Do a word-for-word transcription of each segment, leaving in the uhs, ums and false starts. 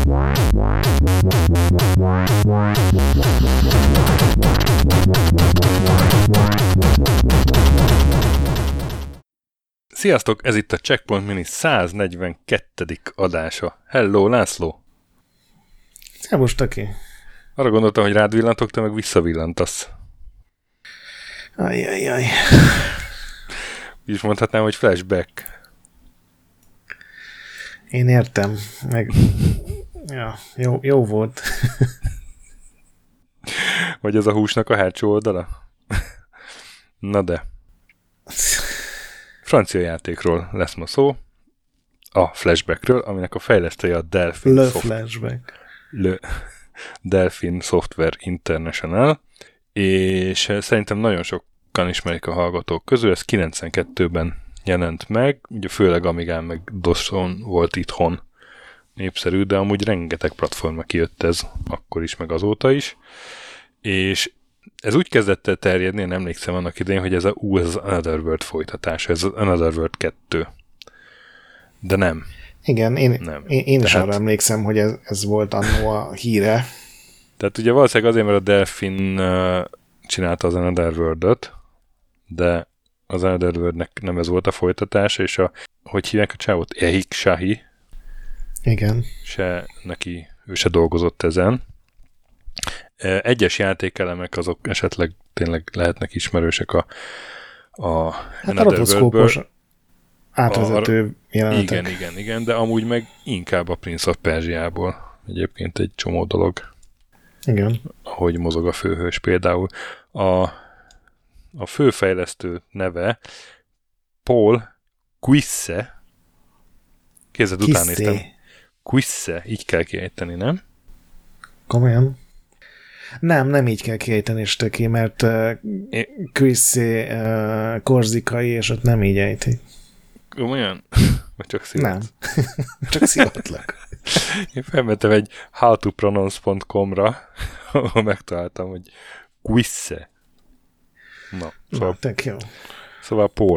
Sziasztok, ez itt a Checkpoint Mini száznegyvenkettedik adása. Hello, László! Szervusz, Taki! Arra gondoltam, hogy rád villantok, te meg visszavillantasz. Ajjajjaj. Így is mondhatnám, hogy flashback. Én értem, meg ja, jó, jó volt. Vagy ez a húsnak a hátsó oldala? Na de. Francia játékról lesz ma szó, a Flashbackről, aminek a fejlesztője a Delphin, Le Soft... Flashback. Le... Delphin Software International, és szerintem nagyon sokan ismerik a hallgatók közül, ez kilencvenkettőben jelent meg, ugye főleg Amigán meg DOS-on volt itthon népszerű, de amúgy rengeteg platformra kijött ez akkor is, meg azóta is, és ez úgy kezdett el terjedni, én emlékszem annak idején, hogy ez, a, ú, ez az Another World folytatása, ez az Another World kettő. De nem. Igen, én, nem. én, én is tehát, arra emlékszem, hogy ez, ez volt annó a híre. Tehát ugye valószínűleg azért, mert a Delphin uh, csinálta az Another World-öt, de az Another World-nek nem ez volt a folytatása, és a, hogy hívják a csávot? Ehik Shahi. Igen. Se neki, ő se dolgozott ezen. Egyes játékelemek azok esetleg tényleg lehetnek ismerősek a, a hát a rotoszkópos átvezető jelenetek. Igen, igen, igen, de amúgy meg inkább a Prince of Persia-ból egyébként egy csomó dolog. Igen. Ahogy mozog a főhős például. A, a főfejlesztő neve Paul Cuisse. Kézed után néztem. Cuisse, így kell kiejteni, nem? Komolyan? Nem, nem így kell kiejteni, Stöki, mert uh, Cuisse uh, korzikai, és ott nem így ejti. Komolyan? Vagy csak szívat? Nem. Csak szívatlak. Én felmentem egy how to pronounce dot com-ra, ahol megtaláltam, hogy Cuisse. Na, szóval, Na, tök jó. Szóval Paul.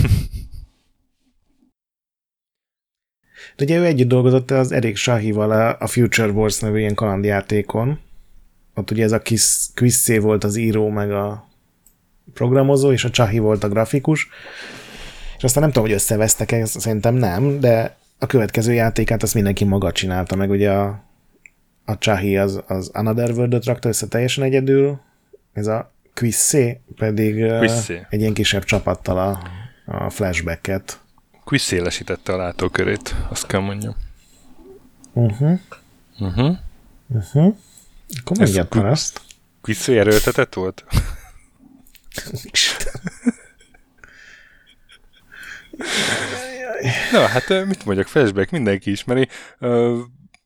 De ugye ő együtt dolgozott az Eric Shahival a Future Wars nevű ilyen kalandjátékon. Ott ugye ez a Cuisse volt az író, meg a programozó, és a Shahi volt a grafikus. És aztán nem tudom, hogy összevesztek-e, szerintem nem, de a következő játékát azt mindenki maga csinálta, meg ugye a, a Shahi az, az Another World-öt rakta össze teljesen egyedül, ez a Cuisse pedig Cuisse. egy ilyen kisebb csapattal a, a flashbacket. Cuisse-lesítette a látókörét, azt kell mondjam. Uh-huh. Uh-huh. Uh-huh. Akkor mondjad már azt. Cuisse erőltetett volt? Na, hát mit mondjak, Flashback, mindenki ismeri. Uh...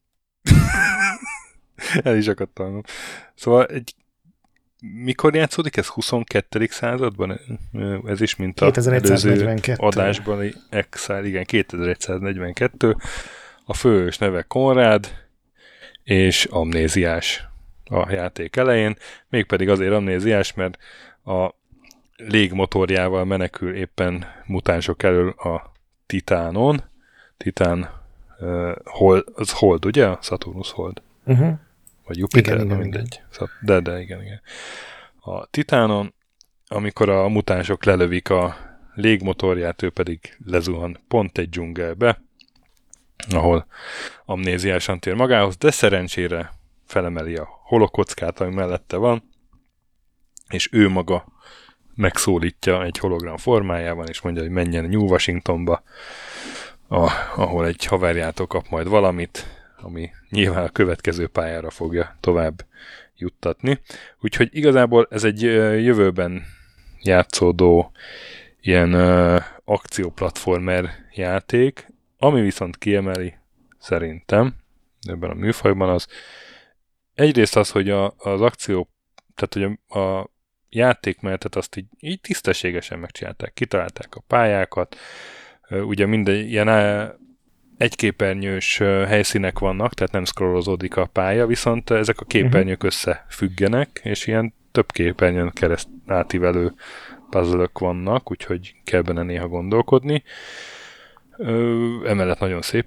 El is akadtam. Szóval egy... mikor játszódik ez? huszonkettedik században? Ez is, mint a előző adásban. Exile, igen, kétezer-egyszer-negyvenkettő. A főhős neve Konrád, és amnéziás a játék elején. Mégpedig azért amnéziás, mert a légmotorjával menekül éppen mutánsok elől a Titánon. Titán uh, hold, az Hold, ugye? A Saturnus Hold. Uh-huh. Vagy Jupiter, igen, igen, mindegy. Igen. De, de, igen, igen. A Titánon, amikor a mutánsok lelövik a légmotorját, ő pedig lezuhan pont egy dzsungelbe, ahol amnéziásan tér magához, de szerencsére felemeli a holokockát, ami mellette van, és ő maga megszólítja egy hologram formájában, és mondja, hogy menjen New Washingtonba, a, ahol egy haverjától kap majd valamit, ami nyilván a következő pályára fogja tovább juttatni. Úgyhogy igazából ez egy jövőben játszódó ilyen uh, akcióplatformer játék, ami viszont kiemeli szerintem ebben a műfajban az egyrészt az, hogy a, az akció, tehát hogy a, a játékmenetet azt így, így tisztességesen megcsinálták, kitalálták a pályákat, ugye minden ilyen egyképernyős helyszínek vannak, tehát nem scrollozódik a pálya, viszont ezek a képernyők összefüggenek, és ilyen több képernyőn kereszt átívelő puzzle-ök vannak, úgyhogy kell benne néha gondolkodni. Ö, emellett nagyon szép is.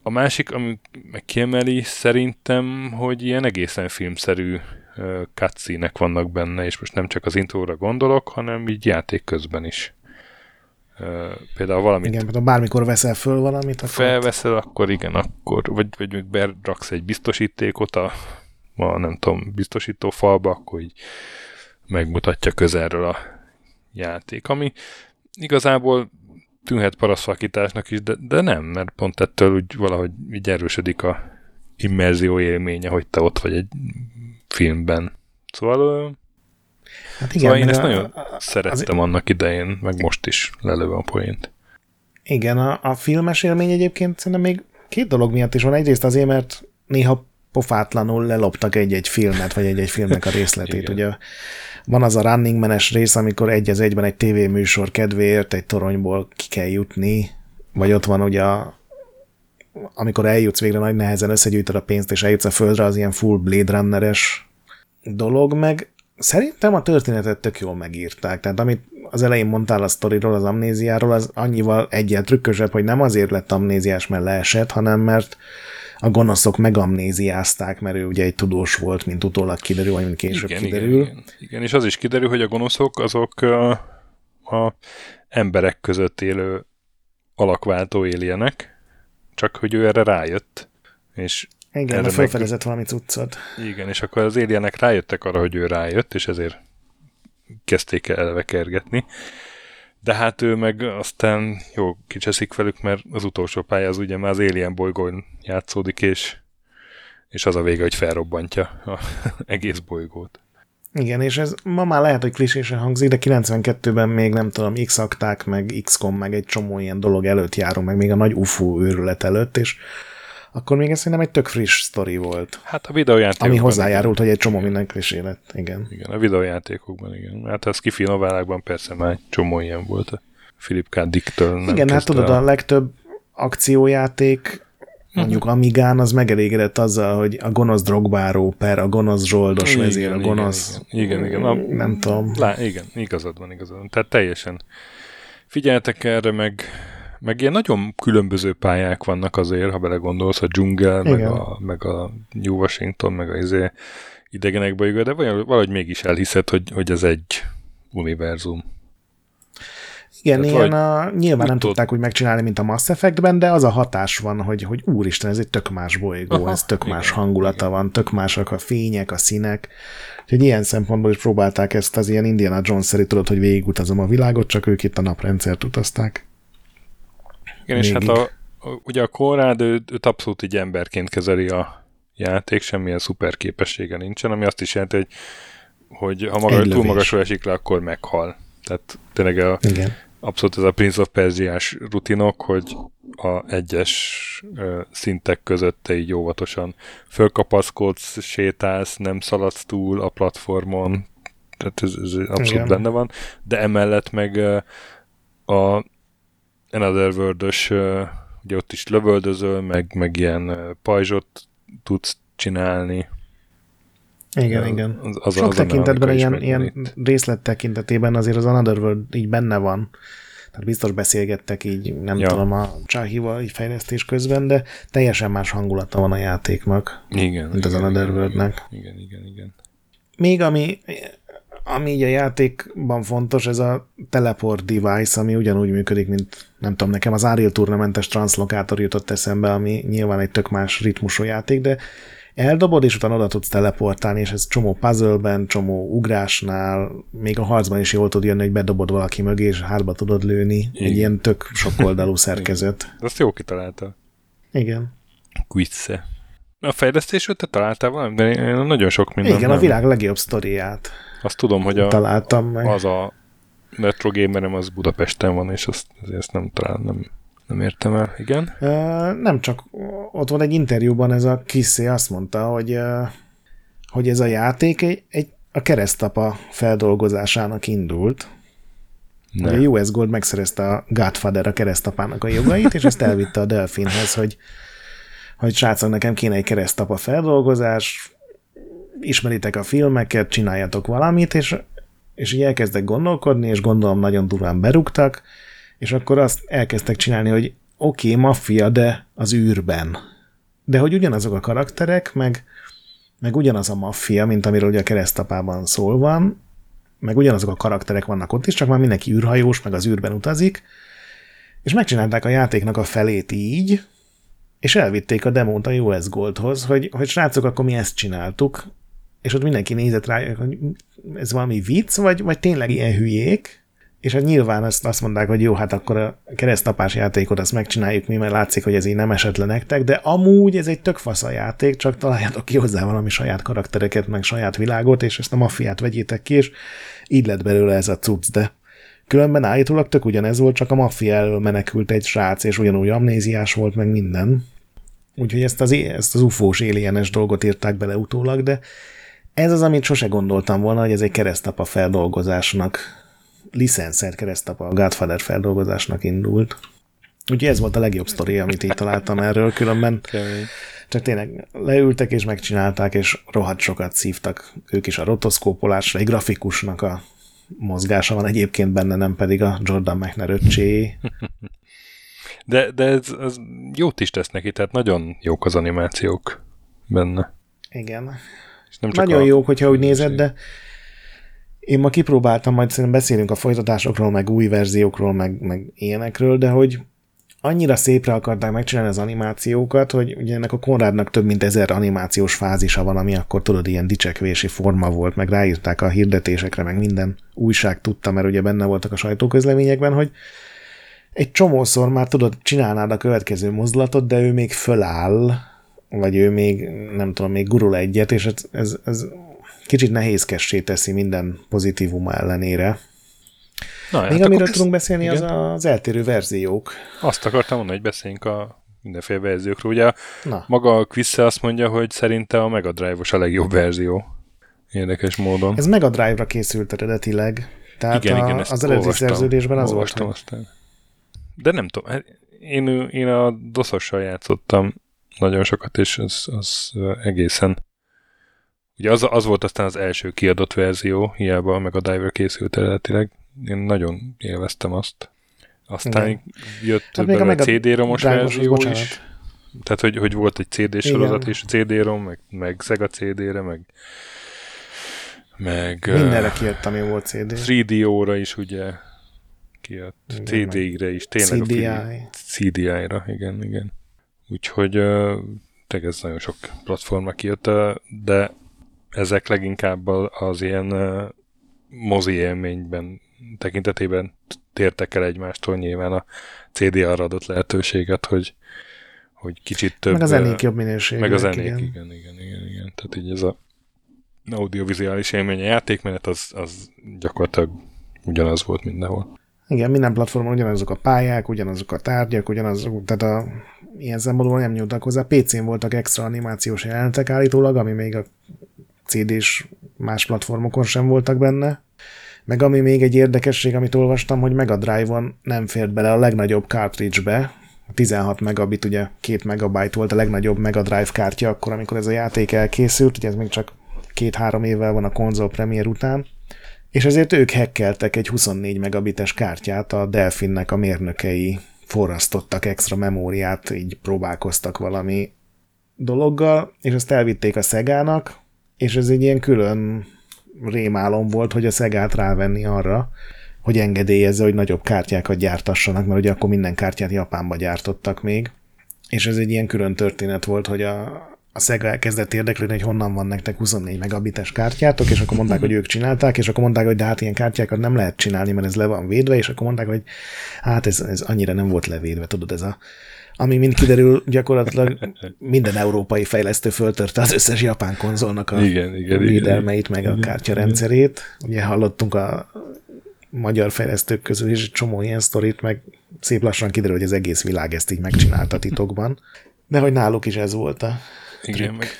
A másik, ami meg kiemeli szerintem, hogy ilyen egészen filmszerű uh, cutscene-ek vannak benne, és most nem csak az intróra gondolok, hanem így játék közben is. Uh, például valamit... Igen, például bármikor veszel föl valamit, akkor... Felveszel, akkor igen, akkor, vagy, vagy még beraksz egy biztosítékot a, a, nem tudom, biztosító falba, akkor így megmutatja közelről a játék, ami igazából tűnhet parasztfakításnak is, de, de nem, mert pont ettől úgy valahogy így erősödik a immerzió élménye, hogy te ott vagy egy filmben. Szóval, hát igen, szóval én ezt a, nagyon a, szerettem az... annak idején, meg most is lelőve a poént. Igen, a, a filmes élmény egyébként szerintem még két dolog miatt is van. Egyrészt azért, mert néha pofátlanul leloptak egy-egy filmet, vagy egy-egy filmnek a részletét. Ugye van az a Running Man-es rész, amikor egy az egyben egy tévéműsor kedvéért egy toronyból ki kell jutni, vagy ott van ugye, a, amikor eljutsz végre nagy nehezen, összegyűjtöd a pénzt, és eljutsz a földre, az ilyen full Blade Runner-es dolog, meg szerintem a történetet tök jól megírták. Tehát amit az elején mondtál a sztoriról, az amnéziáról, az annyival egyel trükkösebb, hogy nem azért lett amnéziás, mert leesett, hanem mert a gonoszok megamnéziázták, mert ő ugye egy tudós volt, mint utólag kiderül, vagy mint később igen, kiderül. Igen, igen. igen, és az is kiderül, hogy a gonoszok azok a, a emberek között élő alakváltó alienek, csak hogy ő erre rájött. És igen, mert felfedezett meg... valami cuccot. Igen, és akkor az alienek rájöttek arra, hogy ő rájött, és ezért kezdték el elvekergetni. De hát ő meg aztán jó kicseszik velük, mert az utolsó pálya az ugye már az Alien bolygón játszódik, és, és az a vége, hogy felrobbantja az egész bolygót. Igen, és ez ma már lehet, hogy klisésen hangzik, de kilencvenkettőben még nem tudom, X-akták, meg iksz kom, meg egy csomó ilyen dolog előtt járunk, meg még a nagy u ef o őrület előtt, és akkor még ez szerintem egy tök friss sztori volt. Hát a videójátékokban... Ami hozzájárult, igen, hogy egy csomó minden klisé lett, igen. Igen, a videójátékokban, igen. Hát a sci-fi novellákban persze már csomó ilyen volt. A Philip K. Dick-től igen, hát tudod, a... a legtöbb akciójáték, mondjuk uh-huh. Amigán, az megelégedett azzal, hogy a gonosz drogbáró per a gonosz zsoldos igen, vezér, a gonosz... Igen, igen. igen. A... Nem tudom. Lá, igen, igazad van, igazad van. Tehát teljesen figyeltek erre, meg... Meg ilyen nagyon különböző pályák vannak azért, ha belegondolsz, a dzsungel, meg a, meg a New Washington, meg a izé idegenek bolygó, de valahogy mégis elhiszed, hogy, hogy ez egy univerzum. Igen, ilyen a, nyilván nem tudták úgy megcsinálni, mint a Mass Effectben, de az a hatás van, hogy, hogy úristen, ez egy tök más bolygó, aha, ez tök igen, más hangulata igen. van, tök másak a fények, a színek. Úgyhogy ilyen szempontból is próbálták ezt az ilyen Indiana Jones-szeri, tudod, hogy végigutazom a világot, csak ők itt a naprendszert utazták. Igen, és hát a, a, ugye a Conrad, ő, őt abszolút így emberként kezeli a játék, semmilyen szuper képessége nincsen, ami azt is jelenti, hogy, hogy ha maga, túl magasról esik le, akkor meghal. Tehát tényleg a, abszolút ez a Prince of Persia-s rutinok, hogy a egyes ö, szintek között te így óvatosan fölkapaszkodsz, sétálsz, nem szaladsz túl a platformon, tehát ez, ez abszolút igen. benne van, de emellett meg ö, a Another World-ös, ugye ott is lövöldözöl, meg, meg ilyen pajzsot tudsz csinálni. Igen, igen. Az, az Sok az tekintetben, ilyen, ilyen részlet tekintetében azért az Another World így benne van. Tehát biztos beszélgettek így, nem ja. tudom, a Csahival így fejlesztés közben, de teljesen más hangulata van a játéknak, igen, mint az igen, Another World-nek. Igen, igen, igen. Még ami... Ami így a játékban fontos, ez a teleport device, ami ugyanúgy működik, mint nem tudom, nekem az Unreal Tournamentes translokátor jutott eszembe, ami nyilván egy tök más ritmusú játék, de eldobod, és utána oda tudsz teleportálni, és ez csomó puzzle-ben, csomó ugrásnál, még a harcban is jól tud jönni, hogy bedobod valaki mögé, és hátba tudod lőni. Igen. Egy ilyen tök sokoldalú szerkezet. Azt jó kitalálta. Igen. Quizze. A fejlesztésről te találtál valamit? De én nagyon sok minden. Igen, nem. A világ legjobb sztoriát. Azt tudom, hogy a, találtam meg. Az a retro gamerem az Budapesten van, és azt, ezt nem talán nem, nem értem el. Igen? Uh, nem csak, ott van egy interjúban ez a Kissé azt mondta, hogy, uh, hogy ez a játék egy, egy a keresztapa feldolgozásának indult. A U S Gold megszerezte a Godfather a keresztapának a jogait, és ezt elvitte a Delfinhez, hogy, hogy srácok, nekem kéne egy keresztapa feldolgozás, ismeritek a filmeket, csináljatok valamit, és, és így elkezdek gondolkodni, és gondolom nagyon durván berúgtak, és akkor azt elkezdtek csinálni, hogy oké, okay, maffia, de az űrben. De hogy ugyanazok a karakterek, meg, meg ugyanaz a maffia, mint amiről ugye a Keresztapában szól van, meg ugyanazok a karakterek vannak ott is, csak már mindenki űrhajós, meg az űrben utazik, és megcsinálták a játéknak a felét így, és elvitték a demót a U S Goldhoz, hogy, hogy srácok, akkor mi ezt csináltuk, és ott mindenki nézett rá, hogy ez valami vicc, vagy, vagy tényleg ilyen hülyék, és hát nyilván azt, azt mondták, hogy jó, hát akkor a keresztapás játékot azt megcsináljuk mi, mert látszik, hogy ez így nem esett le nektek, de amúgy ez egy tök fasz a játék, csak találjátok ki hozzá valami saját karaktereket, meg saját világot, és ezt a maffiát vegyétek ki, és így lett belőle ez a cucc, de különben állítólag tök ugyanez volt, csak a maffia elől menekült egy srác, és ugyanúgy amnéziás volt, meg minden. Úgyhogy ezt az, ezt az ufós alienes dolgot írták bele utólag, de ez az, amit sose gondoltam volna, hogy ez egy keresztapa feldolgozásnak, licenszert keresztapa, a Godfather feldolgozásnak indult. Úgyhogy ez volt a legjobb sztori, amit így találtam erről, különben Kemény. csak tényleg leültek és megcsinálták, és rohadt sokat szívtak ők is a rotoszkópolásra, egy grafikusnak a mozgása van egyébként benne, nem pedig a Jordan Mechner öccsé. De, de ez, ez jót is tesz neki, tehát nagyon jók az animációk benne. Igen. És nem csak nagyon a... jók, hogyha úgy nézed, de én ma kipróbáltam, majd szerintem beszélünk a folytatásokról, meg új verziókról, meg, meg ilyenekről, de hogy annyira szépre akarták megcsinálni az animációkat, hogy ugye ennek a Konrádnak több mint ezer animációs fázisa van, ami akkor tudod, ilyen dicsekvési forma volt, meg ráírták a hirdetésekre, meg minden újság tudta, mert ugye benne voltak a sajtóközleményekben, hogy egy csomószor már tudod, csinálnád a következő mozdulatot, de ő még föláll, vagy ő még, nem tudom, még gurul egyet, és ez, ez, ez kicsit nehézkessé teszi minden pozitívuma ellenére. Na, még hát amiről tudunk ezt... beszélni, igen? Az az eltérő verziók. Azt akartam mondani, hogy beszéljünk a mindenféle verziókról. Ugye Na. maga a Quizze azt mondja, hogy szerinte a Mega Drive-os a legjobb verzió. Érdekes módon. Ez Mega Drive-ra készült eredetileg. Tehát igen, a, igen, az eredeti szerződésben az volt, hogy... Aztán. De nem tudom, én, én a dosszossal játszottam nagyon sokat, és az, az egészen... Ugye az, az volt aztán az első kiadott verzió, hiába meg a Diver készült eredetileg. Én nagyon élveztem azt. Aztán igen. jött hát belőle egy cé dé-romos verzió bocsánat. is. Tehát, hogy, hogy volt egy cé dé sorozat is, cé dé-rom, meg, meg Sega cé dé-re, meg... meg mindenre uh, kijött, ami volt cé dé. három dé ó-ra is ugye kijött. cé dé-re is, tényleg cé dé i. a cé dé i-ra, igen, igen. Úgyhogy uh, tényleg ez nagyon sok platformra kijött, uh, de ezek leginkább az ilyen uh, mozi élményben tekintetében tértek el egymástól, nyilván a cé dé arra adott lehetőséget, hogy, hogy kicsit több... Meg a zenék jobb minőségűek. Meg a zenék, igen. igen, igen, igen, igen. Tehát így ez a audiovizuális élmény, a játékmenet az, az gyakorlatilag ugyanaz volt mindenhol. Igen, minden platformon ugyanazok a pályák, ugyanazok a tárgyak, ugyanazok, tehát a, ilyen szempontból nem nyúltak hozzá. pé cén voltak extra animációs jelenetek állítólag, ami még a cé dés más platformokon sem voltak benne. Meg ami még egy érdekesség, amit olvastam, hogy Mega Drive-on nem fért bele a legnagyobb cartridge-be. tizenhat megabit, ugye két megabyte volt a legnagyobb Mega Drive kártya, akkor, amikor ez a játék elkészült, ugye ez még csak két-három évvel van a konzol premier után, és ezért ők hackeltek egy huszonnégy megabites kártyát, a Delfinnek a mérnökei forrasztottak extra memóriát, így próbálkoztak valami dologgal, és ezt elvitték a Segának, és ez egy ilyen külön rémálom volt, hogy a Segát rávenni arra, hogy engedélyezze, hogy nagyobb kártyákat gyártassanak, mert ugye akkor minden kártyát Japánba gyártottak még, és ez egy ilyen külön történet volt, hogy a, a Sega elkezdett érdeklődni, hogy honnan van nektek huszonnégy megabites kártyátok, és akkor mondták, hogy ők csinálták, és akkor mondták, hogy de hát ilyen kártyákat nem lehet csinálni, mert ez le van védve, és akkor mondták, hogy hát ez, ez annyira nem volt levédve, tudod, ez a ami mind kiderül, gyakorlatilag minden európai fejlesztő föltörte az összes japán konzolnak a igen, igen, védelmeit, igen, meg a kártyarendszerét. Ugye hallottunk a magyar fejlesztők közül is egy csomó ilyen sztorit, meg szép lassan kiderül, hogy az egész világ ezt így megcsinálta titokban. De hogy náluk is ez volt a igen, meg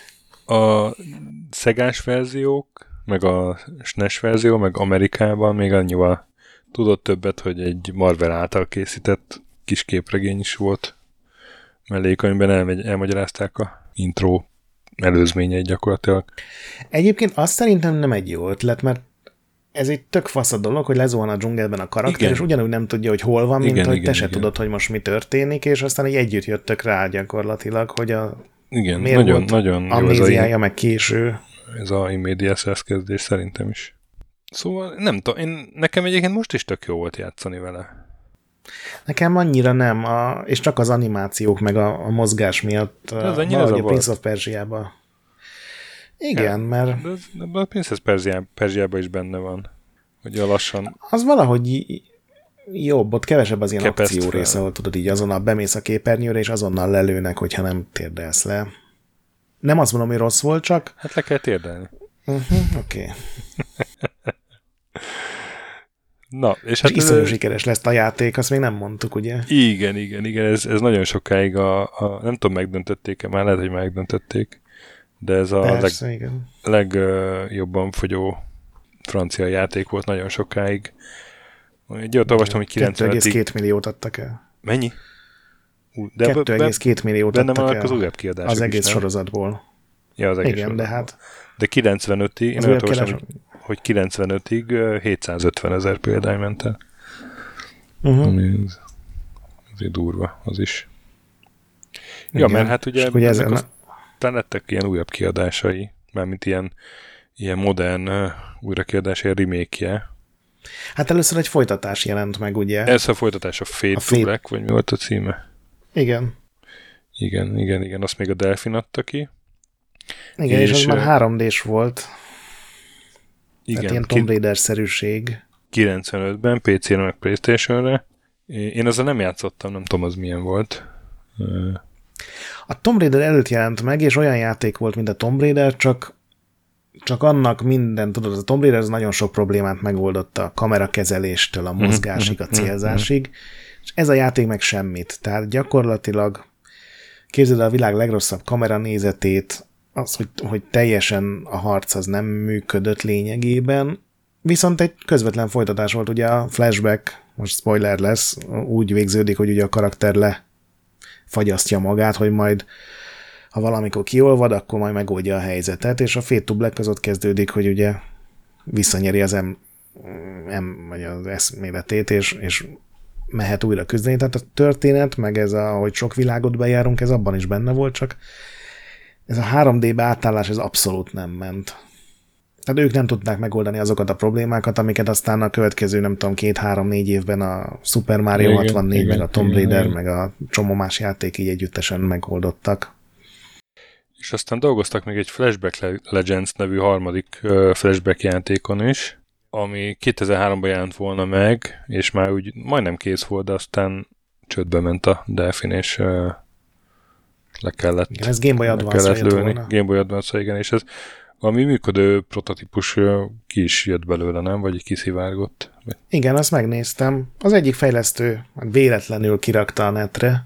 a szegás verziók, meg a es en e es verzió, meg Amerikában még annyival tudott többet, hogy egy Marvel által készített kis képregény is volt mellékanyagban, elmegy, elmagyarázták a intro előzményeit gyakorlatilag. Egyébként azt szerintem nem egy jó ötlet, mert ez egy tök fasz a dolog, hogy lezuhan a dzsungelben a karakter, igen. és ugyanúgy nem tudja, hogy hol van, mint igen, hogy igen, te se igen. tudod, hogy most mi történik, és aztán így együtt jöttök rá gyakorlatilag, hogy a igen, miért nagyon, volt nagyon jó amnéziája, meg késő. Ez a immediate kezdés szerintem is. Szóval nem tudom, én, nekem egyébként most is tök jó volt játszani vele. Nekem annyira nem, a, és csak az animációk, meg a, a mozgás miatt, De az a, annyira valahogy a zavart. Prince of Persia-ba. Igen, Ja, mert... De, az, de a Princess Persia, Persia-ban is benne van, hogy a lassan... Az valahogy jobb, ott kevesebb az ilyen Kepeszt akció fel. része, ahol tudod, így azonnal bemész a képernyőre, és azonnal lelőnek, hogyha nem térdelsz le. Nem azt mondom, hogy rossz volt, csak... Hát le kell térdelni. Uh-huh, oké. Okay. Na, és És hát... iszonyú ez, sikeres lesz a játék, azt még nem mondtuk, ugye? igen, igen, igen, ez, ez nagyon sokáig a, a... Nem tudom, megdöntötték-e, már lehet, hogy megdöntötték, de ez a Persze, leg, igen. legjobban fogyó francia játék volt nagyon sokáig. Egy olyat olvastam, hogy kettő egész kilencvenötig... két milliót adtak el. Mennyi? Ú, de kettő egész két milliót benne adtak vannak el az újabb kiadások az egész is, nem? sorozatból. Ja, az egész Igen, sorozatból. de hát... De kilencvenötig, én Az olyat újabb olvastam, hogy, hogy kilencvenötig hétszázötven ezer példány ment el. Uh-huh. Ami ez, azért durva, az is. Ja, Igen. mert hát ugye, ugye ezek ezen... aztán lettek ilyen újabb kiadásai, mármint ilyen, ilyen modern uh, újrakiadás, ilyen remake-je. Hát először egy folytatás jelent meg, ugye? Ez a folytatás a Fade A to Fade- Black, vagy mi volt a címe? Igen. Igen, igen, igen, azt még a Delphin adta ki. Igen, és, És, és az már ö, három dés volt. Igen, Tehát ilyen ki- Tomb Raider-szerűség. kilencvenötben pé cére meg PlayStation-re. Én azzal nem játszottam, nem tudom, az milyen volt. Ö, A Tomb Raider előtt jelent meg, és olyan játék volt, mint a Tomb Raider, csak, csak annak minden, tudod, a Tomb Raider az nagyon sok problémát megoldotta, a kamerakezeléstől, a mozgásig, a célzásig, és ez a játék meg semmit. Tehát gyakorlatilag képzeld el a világ legrosszabb kameranézetét, az, hogy, hogy teljesen a harc az nem működött lényegében, viszont egy közvetlen folytatás volt, ugye a flashback, most spoiler lesz, úgy végződik, hogy ugye a karakter lefagyasztja magát, hogy majd ha valamikor kiolvad, akkor majd megoldja a helyzetet, és a Fade to Black az ott kezdődik, hogy ugye visszanyeri az em, em vagy az eszméletét, és, és mehet újra küzdeni. Tehát a történet, meg ez a, hogy sok világot bejárunk, ez abban is benne volt, csak ez a három dé-be átállás, ez abszolút nem ment. Tehát ők nem tudták megoldani azokat a problémákat, amiket aztán a következő, nem tudom, két-három-négy évben a Super Mario Igen, hatvannégy, igen, meg a Tomb igen, Raider, igen. meg a csomó más játék így együttesen megoldottak. és aztán dolgoztak még egy Flashback Le- Legends nevű harmadik uh, flashback játékon is, ami kétezer-háromban jelent volna meg, és már úgy majdnem kész volt, de aztán csődbe ment a Delphin, és uh, le kellett, Igen, ez Game Boy le Advance-ra kellett jött lőni. volna. Game Boy Advance, igen, és ez valami működő prototípus uh, ki is jött belőle, nem? Vagy kiszivárgott. Vagy... Igen, azt megnéztem. Az egyik fejlesztő véletlenül kirakta a netre.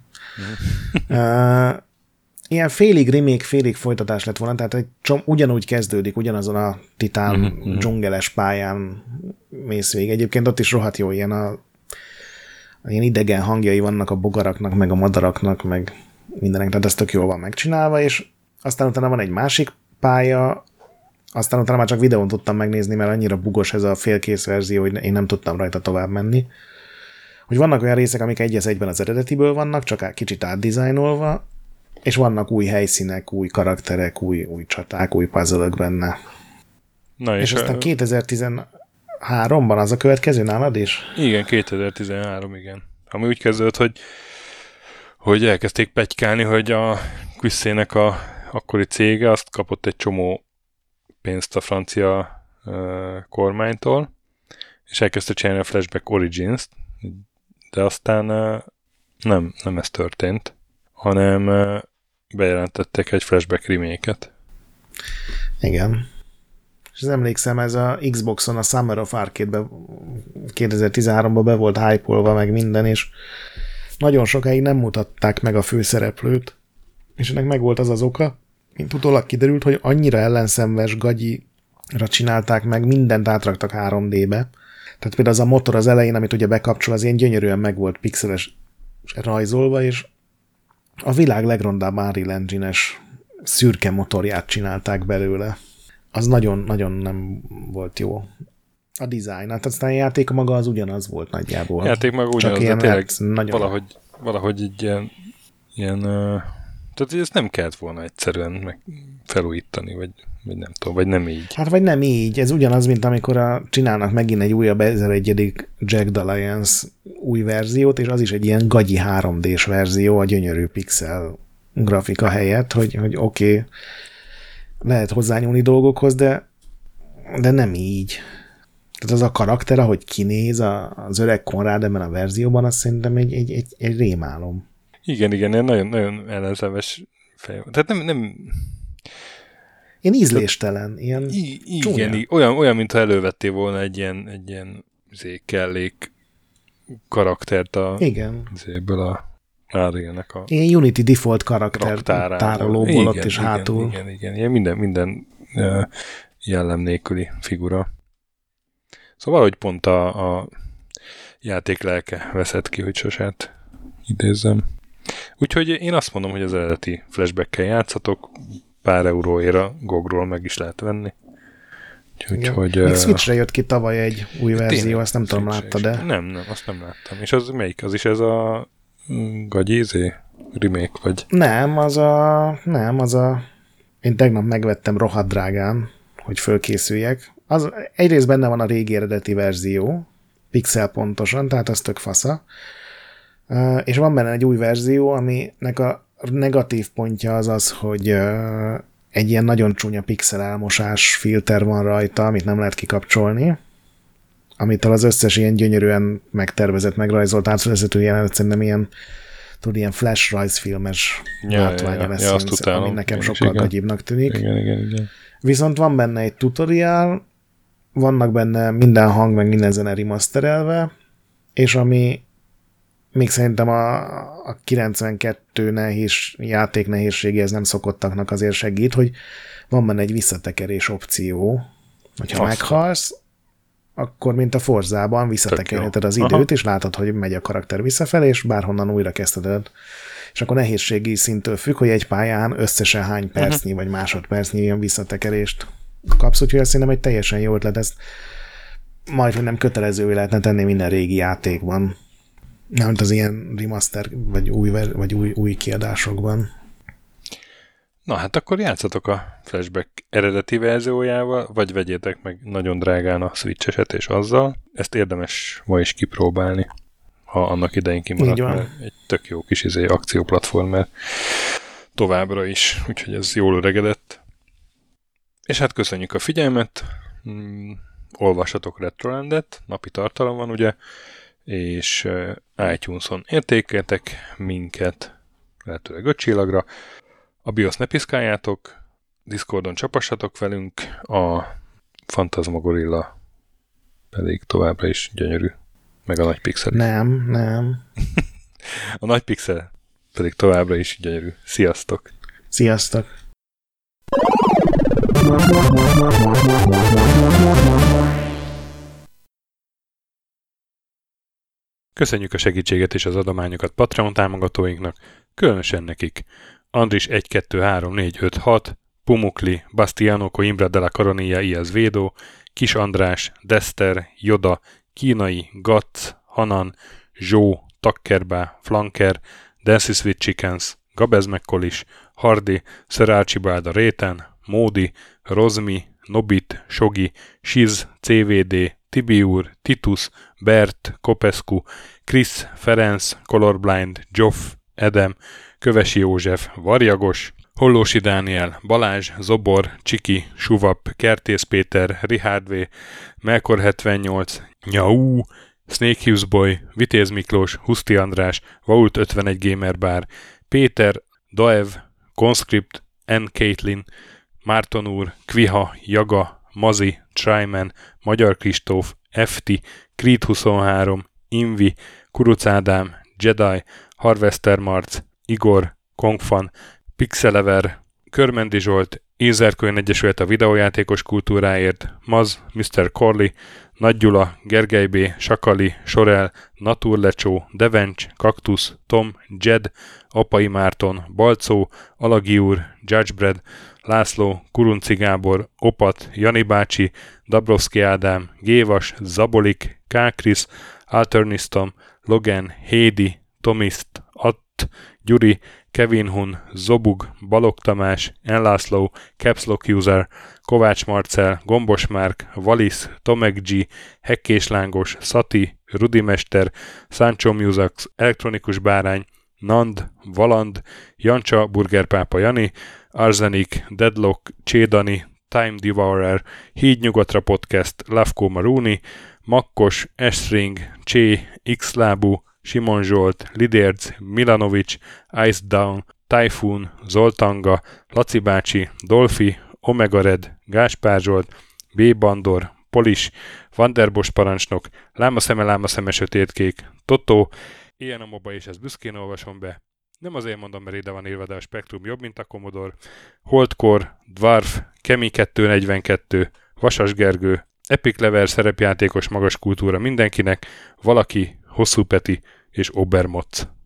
uh, ilyen félig remake, félig folytatás lett volna, tehát egy csom, ugyanúgy kezdődik, ugyanazon a titán Mhm, dzsungeles pályán mész végig. Egyébként ott is rohadt jó ilyen a ilyen idegen hangjai vannak a bogaraknak, meg a madaraknak, meg mindenek, tehát ez tök jól van megcsinálva, és aztán utána van egy másik pálya, aztán utána már csak videón tudtam megnézni, mert annyira bugos ez a félkész verzió, hogy én nem tudtam rajta tovább menni. Hogy vannak olyan részek, amik egy az egyben az eredetiből vannak, csak kicsit átdizájnolva, és vannak új helyszínek, új karakterek, új, új csaták, új puzzle-ök benne. Na, És, és, és aztán uh, kétezer-tizenháromban az a következő nálad is? igen, kétezer-tizenhárom, igen. Ami úgy kezdődött, hogy, hogy elkezdték petykálni, hogy a Quissének a akkori cége azt kapott egy csomó pénzt a francia uh, kormánytól, és elkezdte csinálni a Flashback Origins-t, de aztán uh, nem, nem ez történt, hanem uh, bejelentettek egy Flashback remake-et. Igen. És az emlékszem, ez a Xboxon a Summer of Arcade-be kétezer-tizenháromban be volt hype-olva, meg minden, és nagyon sokáig nem mutatták meg a főszereplőt, és ennek meg volt az az oka, mint utólag kiderült, hogy annyira ellenszenves gagyira csinálták meg, mindent átraktak három dé-be. Tehát például az a motor az elején, amit ugye bekapcsol, az ilyen gyönyörűen meg volt pixeles rajzolva, és a világ legrondább Unreal Engine-es szürke motorját csinálták belőle. Az nagyon-nagyon nem volt jó. A design, hát aztán a játék maga az ugyanaz volt nagyjából. A játék maga ugyanaz, ilyen, de tényleg nagyon... valahogy, valahogy egy ilyen, ilyen uh, tehát ezt nem kellett volna egyszerűen meg felújítani, vagy, vagy nem tudom, vagy nem így. Hát vagy nem így, ez ugyanaz, mint amikor a, csinálnak megint egy újabb ezeregyed Jack the Lions új verziót, és az is egy ilyen gagyi három dés verzió a gyönyörű pixel grafika helyett, hogy, hogy oké, okay, lehet hozzányúlni dolgokhoz, de, de nem így. Tehát az a karakter, ahogy kinéz az öreg Konrád ebben a verzióban, azt szerintem egy, egy, egy, egy rémálom. Igen, igen, ilyen nagyon, nagyon ellenszemes fej. Tehát nem... nem... Ilyen ízléstelen, ilyen I- igen, igen, olyan, olyan, mintha elővettél volna egy ilyen, egy ilyen zé, kellék karaktert a, igen. Ebből a Unreal-nek a ilyen Unity default karakter tárolóból ott is igen, hátul. Igen, igen, ilyen minden, minden uh, jellem nélküli figura. Szóval valahogy pont a, a játék lelke veszett ki, hogy sosát idézzem. Úgyhogy én azt mondom, hogy az eredeti Flashback-kel játszatok, pár euróért a gogról meg is lehet venni. Úgyhogy, még Switchre jött ki tavaly egy új verzió, tényleg, azt nem tudom, látta, de... Nem, nem, azt nem láttam. És az melyik? Az is ez a gagyézé remake, vagy? Nem, az a... Nem, az a... Én tegnap megvettem rohadt drágán, hogy fölkészüljek. Az, egyrészt benne van a régi eredeti verzió, pixel pontosan, tehát az tök fasza. Uh, és van benne egy új verzió, aminek a negatív pontja az az, hogy uh, egy ilyen nagyon csúnya pixel elmosás filter van rajta, amit nem lehet kikapcsolni, amitől az összes ilyen gyönyörűen megtervezett, megrajzolt átvezető jelenet szerintem ilyen, tudod, ilyen flash rajzfilmes ja, látványa ja, lesz, ja, ja, ami nekem sokkal igen. gagyibbnak tűnik. Igen, igen, igen. Viszont van benne egy tutorial, vannak benne minden hang, meg minden zene remasterelve, és ami még szerintem a, a kilencvenkettő nehéz, játék nehézségéhez nem szokottaknak azért segít, hogy van benne egy visszatekerés opció, hogyha Azt meghalsz, akkor mint a Forzában visszatekerheted az időt, Aha. és látod, hogy megy a karakter visszafelé, és bárhonnan újra kezdheted. És akkor nehézségi szintől függ, hogy egy pályán összesen hány percnyi uh-huh. vagy másodpercnyi ilyen visszatekerést kapsz, úgyhogy azt szerintem egy teljesen jó ötlet, ezt majdnem nem kötelezővé lehetne tenni minden régi játékban. Nem, mint az ilyen remaster, vagy új, vagy új, új kiadásokban. Na hát akkor játszatok a Flashback eredeti verziójával, vagy vegyétek meg nagyon drágán a Switch-eset és azzal. Ezt érdemes ma is kipróbálni, ha annak idején kimaradt, mert egy tök jó kis izé, akcióplatformer továbbra is, úgyhogy ez jól öregedett. És hát köszönjük a figyelmet, mm, olvassatok Retrolandet, napi tartalom van ugye, és iTunes-on értékeltek minket, lehetőleg öt csillagra. A BIOS ne piszkáljátok, Discordon csapassatok velünk, a Phantasmagoria pedig továbbra is gyönyörű, meg a nagy pixel. Nem, nem. A nagy pixel pedig továbbra is gyönyörű. Sziasztok! Sziasztok! Köszönjük a segítséget és az adományokat Patreon támogatóinknak, különösen nekik. Andris egy kettő három négy öt hat, Pumukli, Bastiano Coimbra de la Coronilla y Azvedo, Kis András, Dester, Joda, Kínai, Gatz, Hanan, Zsó, Takkerbá, Flanker, Dancy Sweet Chickens, Gabez Mekkolis, Hardy, Sir Archibald a Réten, Módi, Rozmi, Nobit, Sogi, Siz, cé vé dé, Tibiur, Titus, Bert, Kopescu, Krisz, Ferenc, Colorblind, Joff, Edem, Kövesi József, Varjagos, Hollósi Dániel, Balázs, Zobor, Csiki, Suvap, Kertész Péter, Richard V, Melkor hetvennyolc, Nyau, Snake Hughes Boy, Vitéz Miklós, Huszti András, Vault ötvenegy Gamer Bar, Péter, Daev, Conscript, N. Caitlin, Márton úr, Kviha, Jaga, Mazi, Tryman, Magyar Kristóf, ef té, Creed huszonhárom, Invi, Kuruc Ádám, Jedi, Harvester Marc, Igor, Kongfan, Pixelever, Körmendi Zsolt, Ézerkönyv Egyesület a videójátékos kultúráért, Maz, miszter Corley, Nagy Gyula, Gergely B., Sakali, Sorel, Naturlecsó, Devencs, Kaktusz, Tom, Jed, Apai Márton, Balcó, Alagi úr, Judgebred, László, Kurunci Gábor, Opat, Jani bácsi, Dabrowski Ádám, Gévas, Zabolik, Kákris, Alternisztom, Logan, Hédi, Tomiszt, Att, Gyuri, Kevin Hun, Zobug, Balog Tamás, Enlászló, Capslock User, Kovács Marcel, Gombos Márk, Valisz, Tomek G, Hekkés Lángos, Szati, Rudimester, Sancho Musax, Elektronikus Bárány, Nand, Valand, Jancsa, Burgerpápa Jani, Arzenik, Deadlock, Csédani, Time Devourer, Hídnyugatra Podcast, Lavko Maruni, Makkos, Esring, Csé, Xlábú, Simon Zsolt, Lidérc, Milanovic, Ice Down, Typhoon, Zoltanga, Laci bácsi, Dolfi, Omega Red, Gáspár Zsolt, B. Bandor, Polis, Vanderbos parancsnok, Lámaszeme, Lámaszeme sötétkék, Totó, ilyen a moba és ezt büszkén olvasom be. Nem azért mondom, mert ide van írva, de a Spektrum jobb, mint a Commodore. Holdcore, Dwarf, Kemi kettőszáznegyvenkettő, Vasas Gergő, Epic Level szerepjátékos magas kultúra mindenkinek, Valaki, Hosszú Peti és Obermotz.